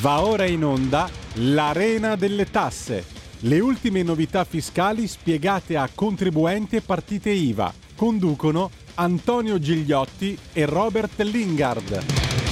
Va ora in onda l'Arena delle Tasse. Le ultime novità fiscali spiegate a contribuenti e partite IVA. Conducono Antonio Gigliotti e Robert Lingard.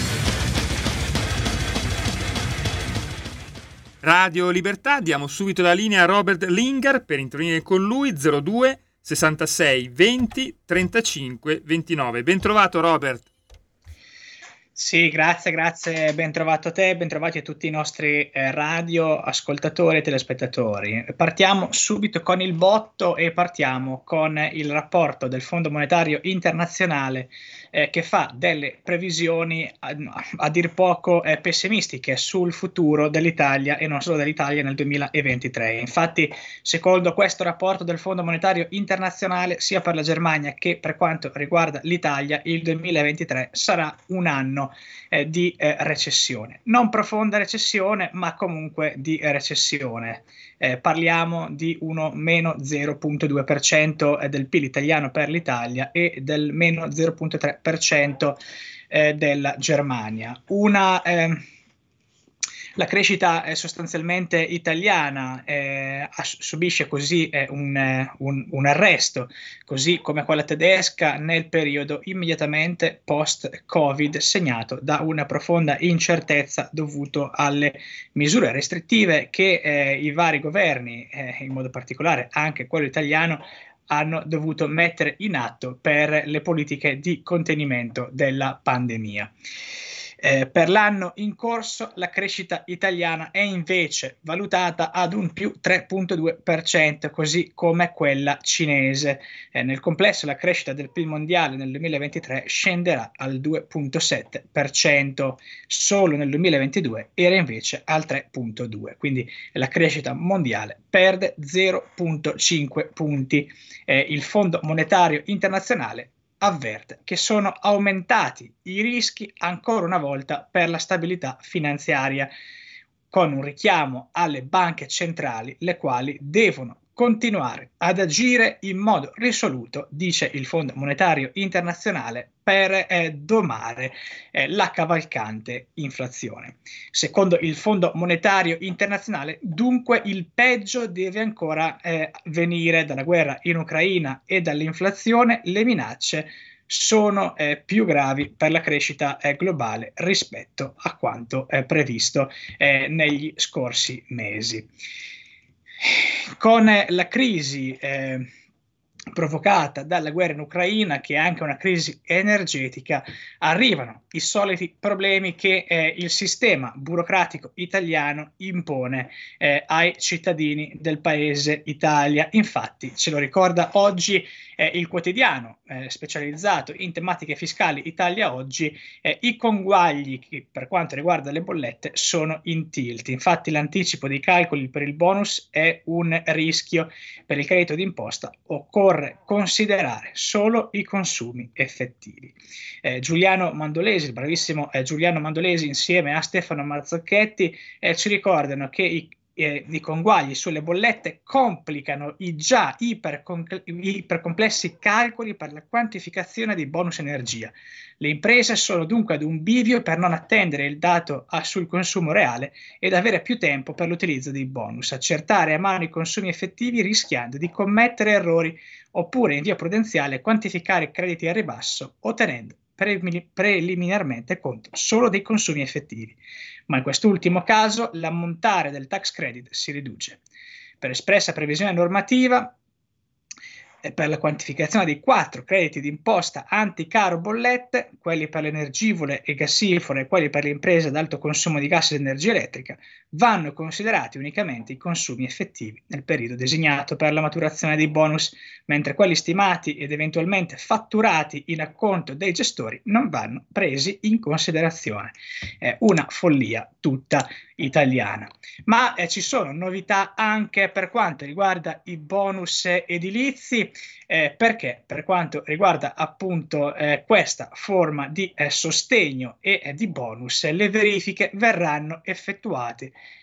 Radio Libertà, diamo subito la linea a Robert Lingard per intervenire con lui. 02 66 20 35 29. Ben trovato, Robert. Sì, grazie, ben trovato a te, ben trovati a tutti i nostri radio ascoltatori e telespettatori. Partiamo subito con il botto e partiamo con il rapporto del Fondo Monetario Internazionale che fa delle previsioni a dir poco pessimistiche sul futuro dell'Italia e non solo dell'Italia nel 2023. Infatti, secondo questo rapporto del Fondo Monetario Internazionale, sia per la Germania che per quanto riguarda l'Italia, il 2023 sarà un anno di recessione, non profonda recessione, ma comunque di recessione. Parliamo di uno meno 0,2% del PIL italiano per l'Italia e del meno 0,3% della Germania. La crescita sostanzialmente italiana subisce così un arresto, così come quella tedesca nel periodo immediatamente post-Covid, segnato da una profonda incertezza dovuto alle misure restrittive che i vari governi, in modo particolare anche quello italiano, hanno dovuto mettere in atto per le politiche di contenimento della pandemia. Per l'anno in corso la crescita italiana è invece valutata ad un più 3,2%, così come quella cinese. Nel complesso la crescita del PIL mondiale nel 2023 scenderà al 2,7%, solo nel 2022 era invece al 3,2%, quindi la crescita mondiale perde 0,5 punti. Il Fondo Monetario Internazionale avverte che sono aumentati i rischi ancora una volta per la stabilità finanziaria, con un richiamo alle banche centrali, le quali devono continuare ad agire in modo risoluto, dice il Fondo Monetario Internazionale, per domare la cavalcante inflazione. Secondo il Fondo Monetario Internazionale, dunque, il peggio deve ancora venire dalla guerra in Ucraina e dall'inflazione. Le minacce sono più gravi per la crescita globale rispetto a quanto previsto negli scorsi mesi. Con la crisi provocata dalla guerra in Ucraina, che è anche una crisi energetica, arrivano i soliti problemi che il sistema burocratico italiano impone ai cittadini del paese Italia. Infatti, ce lo ricorda oggi il quotidiano specializzato in tematiche fiscali Italia Oggi, i conguagli che, per quanto riguarda le bollette, sono in tilt. Infatti l'anticipo dei calcoli per il bonus è un rischio. Per il credito d'imposta occorre considerare solo i consumi effettivi. Giuliano Mandolesi, il bravissimo Giuliano Mandolesi, insieme a Stefano Marzocchetti, ci ricordano che i conguagli sulle bollette complicano i già ipercomplessi calcoli per la quantificazione dei bonus energia. Le imprese sono dunque ad un bivio per non attendere il dato sul consumo reale ed avere più tempo per l'utilizzo dei bonus, accertare a mano i consumi effettivi rischiando di commettere errori, oppure in via prudenziale quantificare i crediti a ribasso ottenendo preliminarmente conto solo dei consumi effettivi, ma in quest'ultimo caso l'ammontare del tax credit si riduce. Per espressa previsione normativa, per la quantificazione dei 4 crediti d'imposta anti-caro bollette, quelli per le energivore e gassifore e quelli per le imprese ad alto consumo di gas ed energia elettrica, vanno considerati unicamente i consumi effettivi nel periodo designato per la maturazione dei bonus, mentre quelli stimati ed eventualmente fatturati in acconto dei gestori non vanno presi in considerazione. È una follia tutta italiana. Ma ci sono novità anche per quanto riguarda i bonus edilizi, perché per quanto riguarda appunto questa forma di sostegno e di bonus, le verifiche verranno effettuate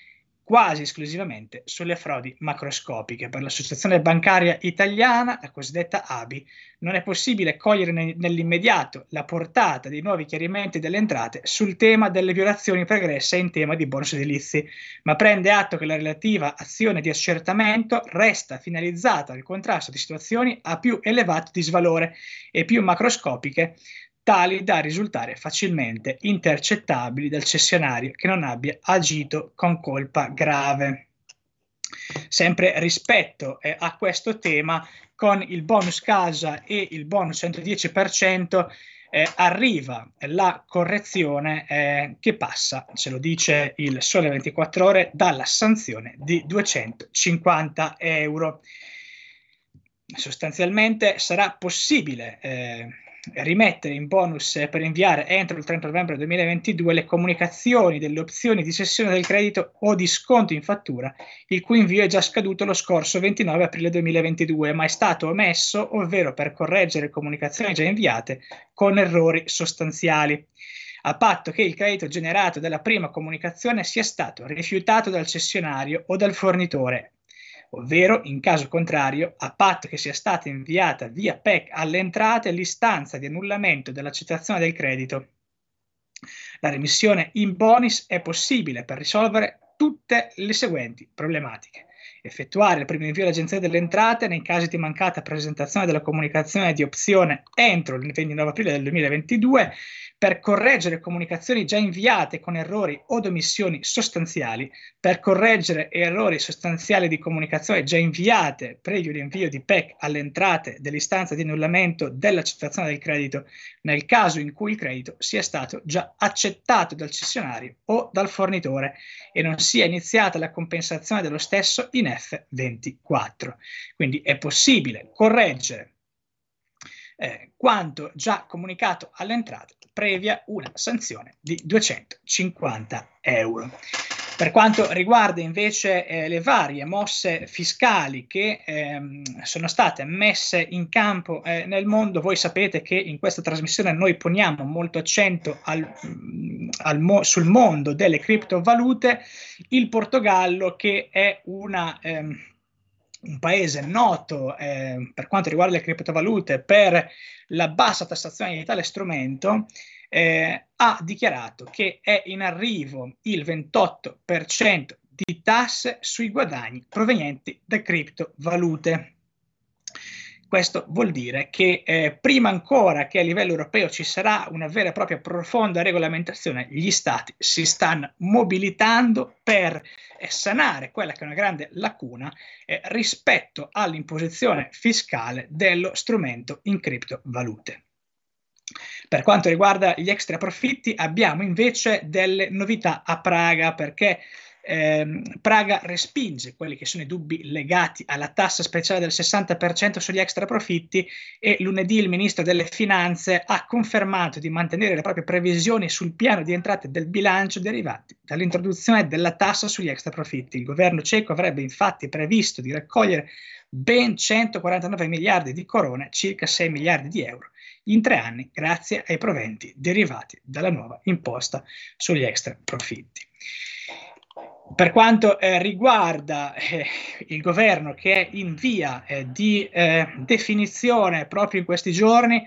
quasi esclusivamente sulle frodi macroscopiche. Per l'Associazione Bancaria Italiana, la cosiddetta ABI, non è possibile cogliere nell'immediato la portata dei nuovi chiarimenti delle entrate sul tema delle violazioni pregresse in tema di bonus edilizi, ma prende atto che la relativa azione di accertamento resta finalizzata al contrasto di situazioni a più elevato disvalore e più macroscopiche, tali da risultare facilmente intercettabili dal cessionario che non abbia agito con colpa grave. Sempre rispetto a questo tema, con il bonus casa e il bonus 110%, arriva la correzione che passa, ce lo dice il Sole 24 Ore, dalla sanzione di 250 euro. Sostanzialmente sarà possibile rimettere in bonus per inviare entro il 30 novembre 2022 le comunicazioni delle opzioni di cessione del credito o di sconto in fattura, il cui invio è già scaduto lo scorso 29 aprile 2022, ma è stato omesso, ovvero per correggere comunicazioni già inviate con errori sostanziali, a patto che il credito generato dalla prima comunicazione sia stato rifiutato dal cessionario o dal fornitore, ovvero, in caso contrario, a patto che sia stata inviata via PEC alle entrate l'istanza di annullamento dell'accettazione del credito. La remissione in bonus è possibile per risolvere tutte le seguenti problematiche: effettuare il primo invio all'Agenzia delle Entrate nei casi di mancata presentazione della comunicazione di opzione entro il 29 aprile del 2022, per correggere comunicazioni già inviate con errori o omissioni sostanziali, per correggere errori sostanziali di comunicazioni già inviate previo l'invio di PEC alle entrate dell'istanza di annullamento dell'accettazione del credito nel caso in cui il credito sia stato già accettato dal cessionario o dal fornitore e non sia iniziata la compensazione dello stesso in F24. Quindi è possibile correggere quanto già comunicato alle entrate previa una sanzione di 250 euro. Per quanto riguarda invece le varie mosse fiscali che sono state messe in campo nel mondo, voi sapete che in questa trasmissione noi poniamo molto accento sul mondo delle criptovalute. Il Portogallo, che è un paese noto per quanto riguarda le criptovalute per la bassa tassazione di tale strumento, ha dichiarato che è in arrivo il 28% di tasse sui guadagni provenienti da criptovalute. Questo vuol dire che prima ancora che a livello europeo ci sarà una vera e propria profonda regolamentazione, gli stati si stanno mobilitando per sanare quella che è una grande lacuna rispetto all'imposizione fiscale dello strumento in criptovalute. Per quanto riguarda gli extra profitti, abbiamo invece delle novità a Praga, perché Praga respinge quelli che sono i dubbi legati alla tassa speciale del 60% sugli extra profitti e lunedì il ministro delle finanze ha confermato di mantenere le proprie previsioni sul piano di entrate del bilancio derivanti dall'introduzione della tassa sugli extra profitti. Il governo ceco avrebbe infatti previsto di raccogliere ben 149 miliardi di corone, circa 6 miliardi di euro, in 3 anni grazie ai proventi derivati dalla nuova imposta sugli extra profitti. Per quanto riguarda il governo, che è in via di definizione proprio in questi giorni,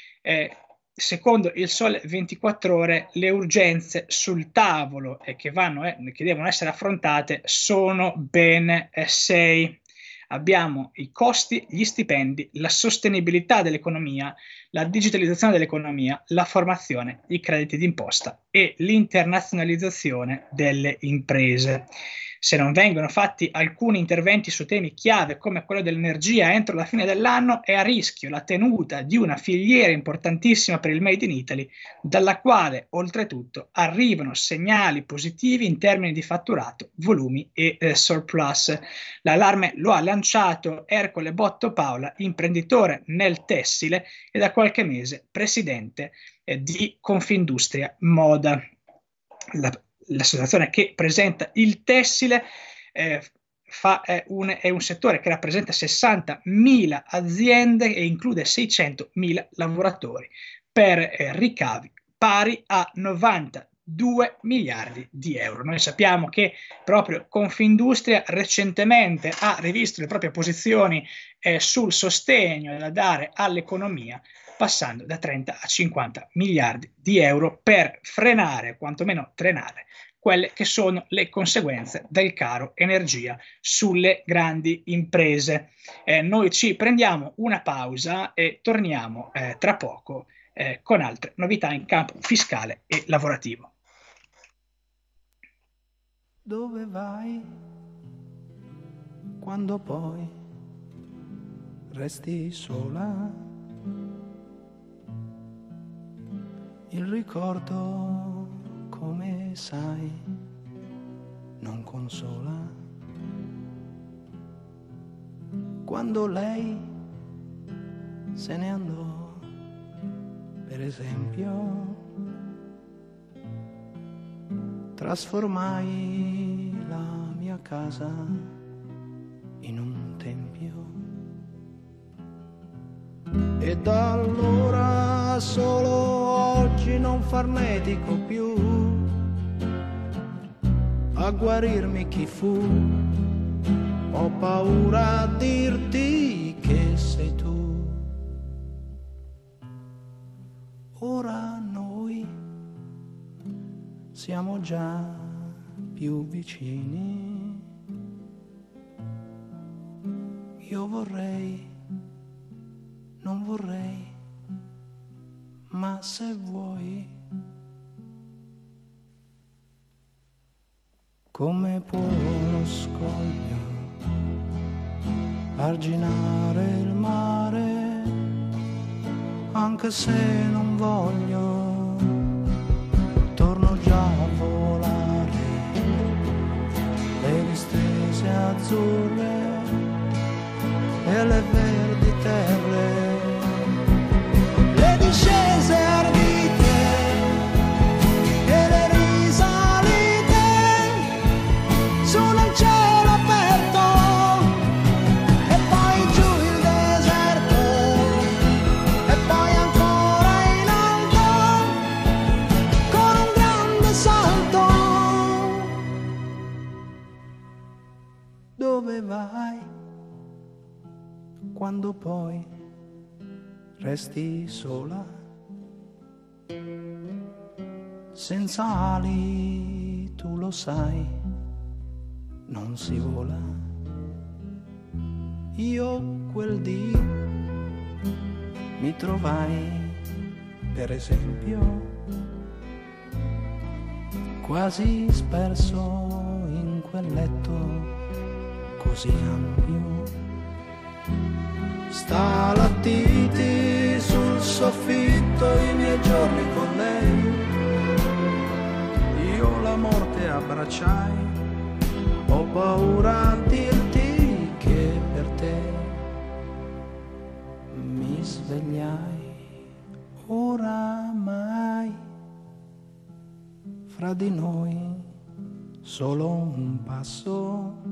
secondo il Sole 24 Ore, le urgenze sul tavolo che devono essere affrontate sono ben 6. Abbiamo i costi, gli stipendi, la sostenibilità dell'economia, la digitalizzazione dell'economia, la formazione, i crediti d'imposta e l'internazionalizzazione delle imprese. Se non vengono fatti alcuni interventi su temi chiave come quello dell'energia entro la fine dell'anno, è a rischio la tenuta di una filiera importantissima per il Made in Italy, dalla quale oltretutto arrivano segnali positivi in termini di fatturato, volumi e surplus. L'allarme lo ha lanciato Ercole Botto Paola, imprenditore nel tessile e da qualche mese presidente di Confindustria Moda. L'associazione che presenta il tessile è un settore che rappresenta 60.000 aziende e include 600.000 lavoratori per ricavi pari a 90 2 miliardi di euro. Noi sappiamo che proprio Confindustria recentemente ha rivisto le proprie posizioni sul sostegno da dare all'economia, passando da 30 a 50 miliardi di euro per frenare, quantomeno trenare, quelle che sono le conseguenze del caro energia sulle grandi imprese. Noi ci prendiamo una pausa e torniamo tra poco con altre novità in campo fiscale e lavorativo. Dove vai quando poi resti sola? Il ricordo, come sai, non consola. Quando lei se ne andò, per esempio, trasformai la mia casa in un tempio. E da allora solo oggi non farnetico più a guarirmi chi fu. Ho paura a dirti che sei tu. Ora noi siamo già più vicini. Io vorrei, non vorrei, ma se vuoi, come può uno scoglio arginare il mare, anche se non voglio, torno già a volare, le distese azzurre e le verdi terre, le discese ardite e le risalite su nel cielo aperto e poi giù il deserto e poi ancora in alto con un grande salto. Dove vai quando poi resti sola, senza ali, tu lo sai, non si vola. Io quel dì mi trovai, per esempio, quasi sperso in quel letto così ampio. Stalattiti sul soffitto, i miei giorni con lei, io la morte abbracciai, ho paura a dirti che per te mi svegliai. Oramai fra di noi solo un passo.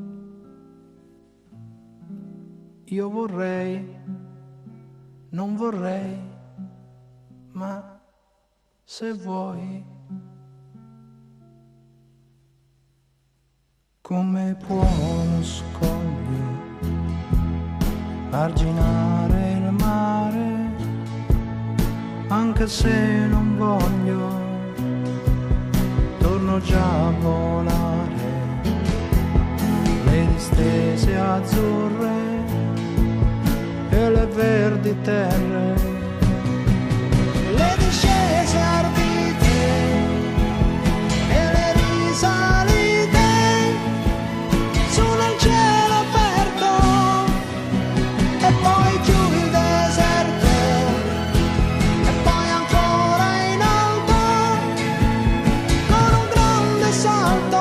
Io vorrei, non vorrei, ma se vuoi, come può uno scoglio arginare il mare, anche se non voglio, torno già a volare, le distese azzurre e le verdi terre, le discese ardite e le risalite su nel cielo aperto e poi giù il deserto e poi ancora in alto con un grande salto.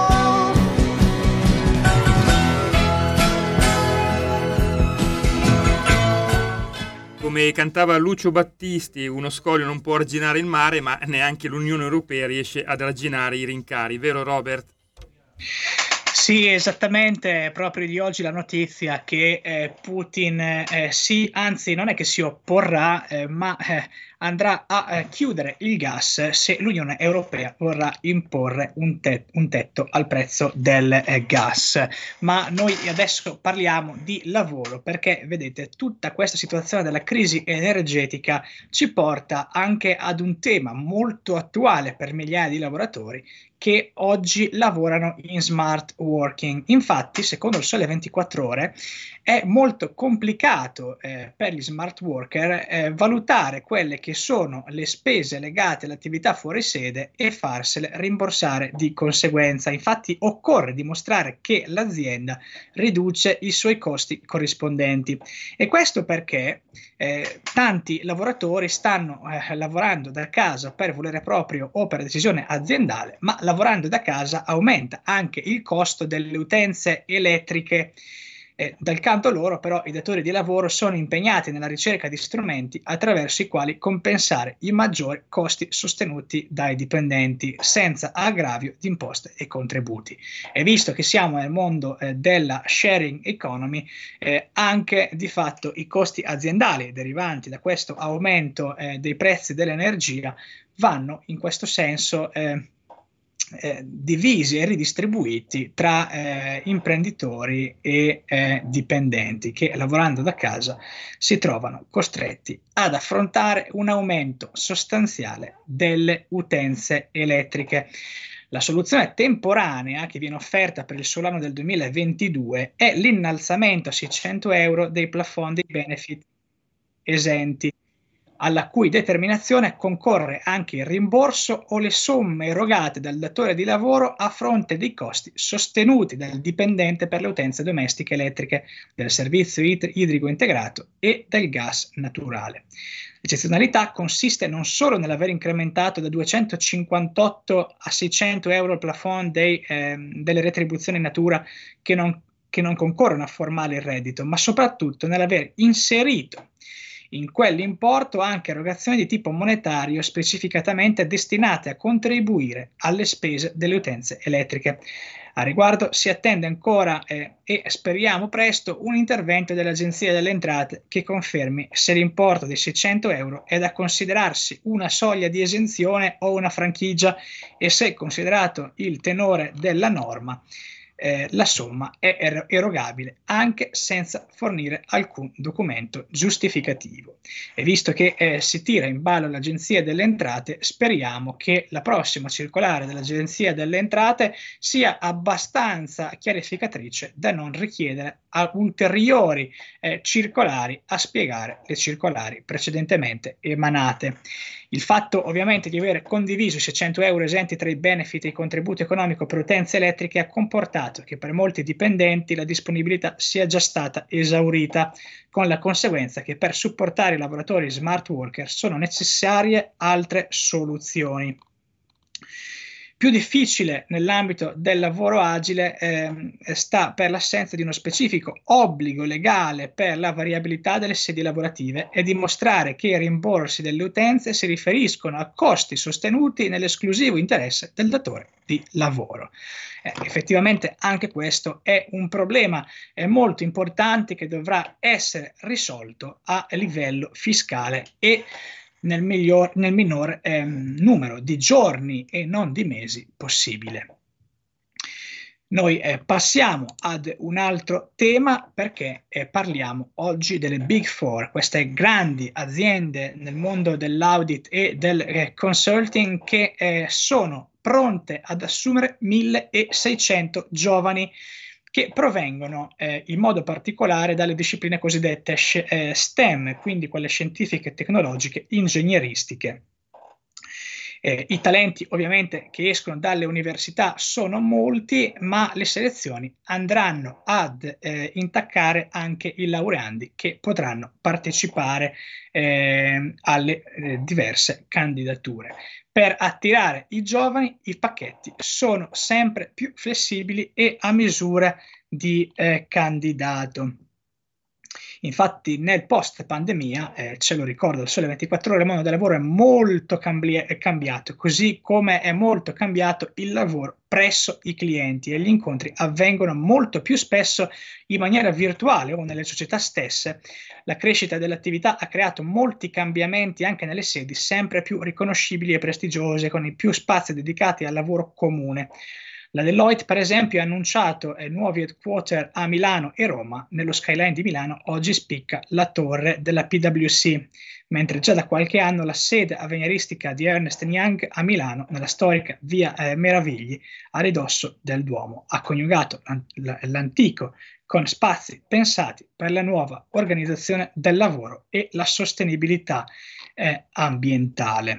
Come cantava Lucio Battisti, uno scoglio non può arginare il mare, ma neanche l'Unione Europea riesce ad arginare i rincari, vero Robert? Sì, esattamente, proprio di oggi la notizia che Putin sì, anzi non è che si opporrà, ma andrà a chiudere il gas se l'Unione Europea vorrà imporre un tetto al prezzo del gas. Ma noi adesso parliamo di lavoro, perché vedete, tutta questa situazione della crisi energetica ci porta anche ad un tema molto attuale per migliaia di lavoratori che oggi lavorano in smart working. Infatti, secondo il Sole 24 Ore, è molto complicato per gli smart worker valutare quelle che sono le spese legate all'attività fuori sede e farsele rimborsare di conseguenza. Infatti, occorre dimostrare che l'azienda riduce i suoi costi corrispondenti. E questo perché tanti lavoratori stanno lavorando da casa per volere proprio o per decisione aziendale, ma lavorando da casa aumenta anche il costo delle utenze elettriche. Dal canto loro, però, i datori di lavoro sono impegnati nella ricerca di strumenti attraverso i quali compensare i maggiori costi sostenuti dai dipendenti, senza aggravio di imposte e contributi. E visto che siamo nel mondo della sharing economy, anche di fatto i costi aziendali derivanti da questo aumento dei prezzi dell'energia vanno in questo senso divisi e ridistribuiti tra imprenditori e dipendenti che, lavorando da casa, si trovano costretti ad affrontare un aumento sostanziale delle utenze elettriche. La soluzione temporanea che viene offerta per il solo anno del 2022 è l'innalzamento a 600 euro dei plafond dei benefit esenti, alla cui determinazione concorre anche il rimborso o le somme erogate dal datore di lavoro a fronte dei costi sostenuti dal dipendente per le utenze domestiche elettriche, del servizio idrico integrato e del gas naturale. L'eccezionalità consiste non solo nell'aver incrementato da 258 a 600 euro il plafond delle retribuzioni in natura che non concorrono a formare il reddito, ma soprattutto nell'aver inserito in quell'importo anche erogazioni di tipo monetario specificatamente destinate a contribuire alle spese delle utenze elettriche. A riguardo si attende ancora e speriamo presto un intervento dell'Agenzia delle Entrate che confermi se l'importo dei 600 euro è da considerarsi una soglia di esenzione o una franchigia e se, considerato il tenore della norma, la somma è erogabile anche senza fornire alcun documento giustificativo. E visto che si tira in ballo l'Agenzia delle Entrate, speriamo che la prossima circolare dell'Agenzia delle Entrate sia abbastanza chiarificatrice da non richiedere a ulteriori circolari a spiegare le circolari precedentemente emanate. Il fatto ovviamente di aver condiviso i 600 euro esenti tra i benefit e i contributi economico per utenze elettriche ha comportato che per molti dipendenti la disponibilità sia già stata esaurita, con la conseguenza che per supportare i lavoratori smart worker sono necessarie altre soluzioni. Più difficile nell'ambito del lavoro agile sta per l'assenza di uno specifico obbligo legale per la variabilità delle sedi lavorative e dimostrare che i rimborsi delle utenze si riferiscono a costi sostenuti nell'esclusivo interesse del datore di lavoro. Effettivamente anche questo è un problema molto importante che dovrà essere risolto a livello fiscale e nel minor numero di giorni e non di mesi possibile. Noi passiamo ad un altro tema perché parliamo oggi delle Big Four, queste grandi aziende nel mondo dell'audit e del consulting che sono pronte ad assumere 1.600 giovani che provengono in modo particolare dalle discipline cosiddette STEM, quindi quelle scientifiche, tecnologiche, ingegneristiche. I talenti ovviamente che escono dalle università sono molti, ma le selezioni andranno ad intaccare anche i laureandi che potranno partecipare alle diverse candidature. Per attirare i giovani, i pacchetti sono sempre più flessibili e a misura di candidato. Infatti nel post pandemia, ce lo ricordo il Sole 24 Ore, il mondo del lavoro è molto cambiato, così come è molto cambiato il lavoro presso i clienti, e gli incontri avvengono molto più spesso in maniera virtuale o nelle società stesse. La crescita dell'attività ha creato molti cambiamenti anche nelle sedi sempre più riconoscibili e prestigiose, con i più spazi dedicati al lavoro comune. La Deloitte, per esempio, ha annunciato nuovi headquarter a Milano e Roma. Nello skyline di Milano oggi spicca la torre della PwC, mentre già da qualche anno la sede avveniristica di Ernst Young a Milano, nella storica via Meravigli, a ridosso del Duomo, ha coniugato l'antico con spazi pensati per la nuova organizzazione del lavoro e la sostenibilità ambientale.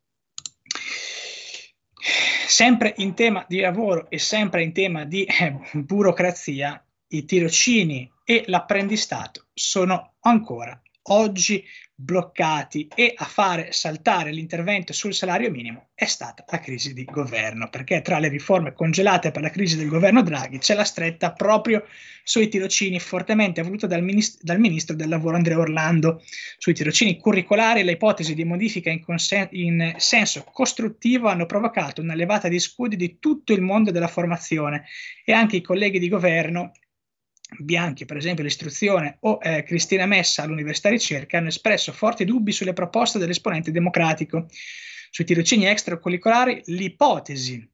Sempre in tema di lavoro e sempre in tema di burocrazia, i tirocini e l'apprendistato sono ancora oggi bloccati, e a fare saltare l'intervento sul salario minimo è stata la crisi di governo, perché tra le riforme congelate per la crisi del governo Draghi c'è la stretta proprio sui tirocini, fortemente voluta dal ministro del lavoro Andrea Orlando. Sui tirocini curricolari le ipotesi di modifica in senso costruttivo hanno provocato una levata di scudi di tutto il mondo della formazione, e anche i colleghi di governo Bianchi, per esempio l'istruzione, o Cristina Messa all'Università Ricerca, hanno espresso forti dubbi sulle proposte dell'esponente democratico. Sui tirocini extracurricolari l'ipotesi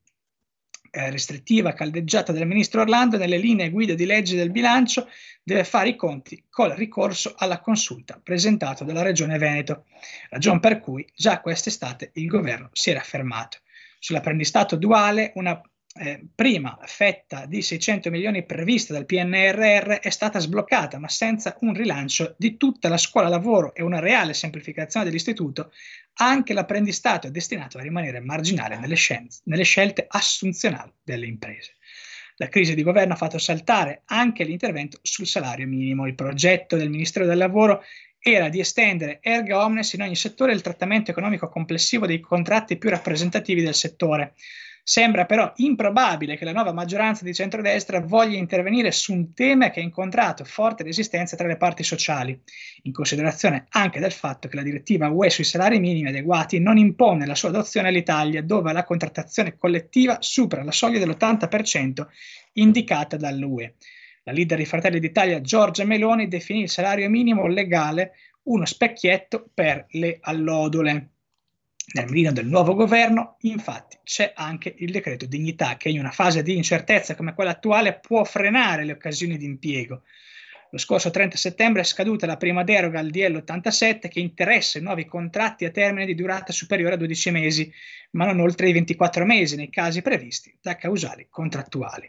restrittiva caldeggiata dal ministro Orlando nelle linee guida di legge del bilancio deve fare i conti col ricorso alla consulta presentato dalla Regione Veneto, ragion per cui già quest'estate il governo si era fermato. Sull'apprendistato duale, una prima fetta di 600 milioni prevista dal PNRR è stata sbloccata, ma senza un rilancio di tutta la scuola lavoro e una reale semplificazione dell'istituto, anche l'apprendistato è destinato a rimanere marginale nelle scelte assunzionali delle imprese. La crisi di governo ha fatto saltare anche l'intervento sul salario minimo. Il progetto del Ministero del Lavoro era di estendere erga omnes in ogni settore il trattamento economico complessivo dei contratti più rappresentativi del settore. Sembra però improbabile che la nuova maggioranza di centrodestra voglia intervenire su un tema che ha incontrato forte resistenza tra le parti sociali, in considerazione anche del fatto che la direttiva UE sui salari minimi adeguati non impone la sua adozione all'Italia, dove la contrattazione collettiva supera la soglia dell'80% indicata dall'UE. La leader di Fratelli d'Italia, Giorgia Meloni, definì il salario minimo legale uno specchietto per le allodole. Nel mirino del nuovo governo, infatti, c'è anche il decreto dignità, che in una fase di incertezza come quella attuale può frenare le occasioni di impiego. Lo scorso 30 settembre è scaduta la prima deroga al DL 87 che interessa i nuovi contratti a termine di durata superiore a 12 mesi, ma non oltre i 24 mesi nei casi previsti da causali contrattuali.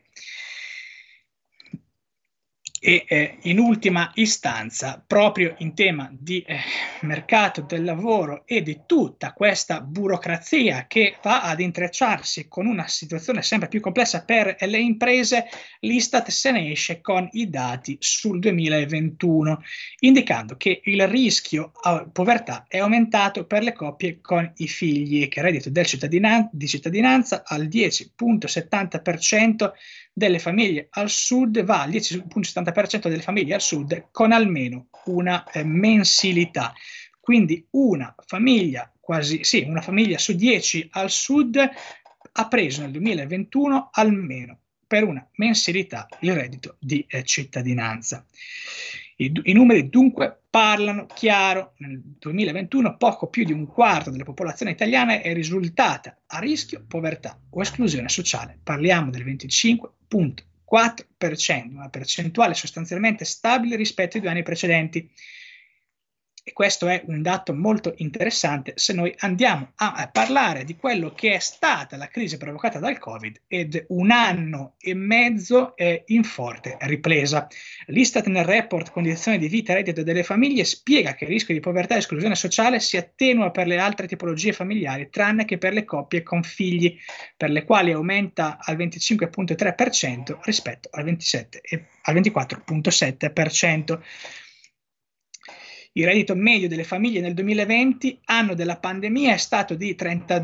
E in ultima istanza, proprio in tema di mercato del lavoro e di tutta questa burocrazia che va ad intrecciarsi con una situazione sempre più complessa per le imprese, l'Istat se ne esce con i dati sul 2021, indicando che il rischio povertà è aumentato per le coppie con i figli, che il reddito di cittadinanza al 10,70% delle famiglie al sud va al 10,70% delle famiglie al sud con almeno una mensilità. Quindi una famiglia su 10 al sud ha preso nel 2021 almeno per una mensilità il reddito di cittadinanza. I numeri dunque parlano chiaro. Nel 2021 poco più di un quarto della popolazione italiana è risultata a rischio povertà o esclusione sociale. Parliamo del 25,4%, una percentuale sostanzialmente stabile rispetto ai 2 anni precedenti. E questo è un dato molto interessante se noi andiamo a parlare di quello che è stata la crisi provocata dal Covid ed un anno e mezzo in forte ripresa. L'Istat nel report Condizioni di vita e reddito delle famiglie spiega che il rischio di povertà e esclusione sociale si attenua per le altre tipologie familiari, tranne che per le coppie con figli, per le quali aumenta al 25,3% rispetto al 24,7%. Il reddito medio delle famiglie nel 2020, anno della pandemia, è stato di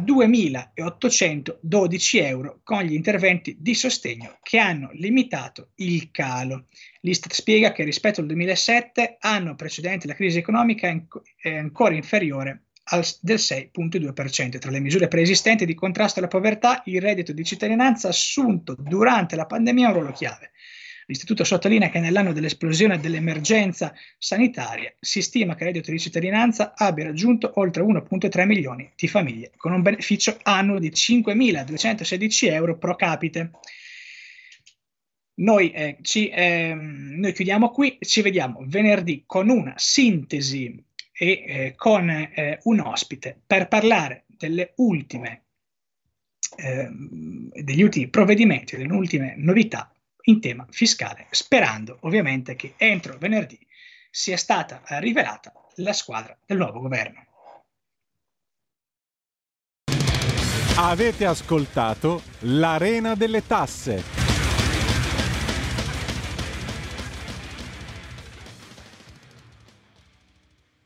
32.812 euro, con gli interventi di sostegno che hanno limitato il calo. L'Istat spiega che rispetto al 2007, anno precedente alla crisi economica, è ancora inferiore del 6,2%. Tra le misure preesistenti di contrasto alla povertà, il reddito di cittadinanza assunto durante la pandemia ha un ruolo chiave. L'istituto sottolinea che nell'anno dell'esplosione dell'emergenza sanitaria si stima che il reddito di cittadinanza abbia raggiunto oltre 1,3 milioni di famiglie, con un beneficio annuo di 5.216 euro pro capite. Noi chiudiamo qui, ci vediamo venerdì con una sintesi e con un ospite per parlare degli ultimi provvedimenti, delle ultime novità in tema fiscale, sperando ovviamente che entro venerdì sia stata rivelata la squadra del nuovo governo. Avete ascoltato l'Arena delle Tasse.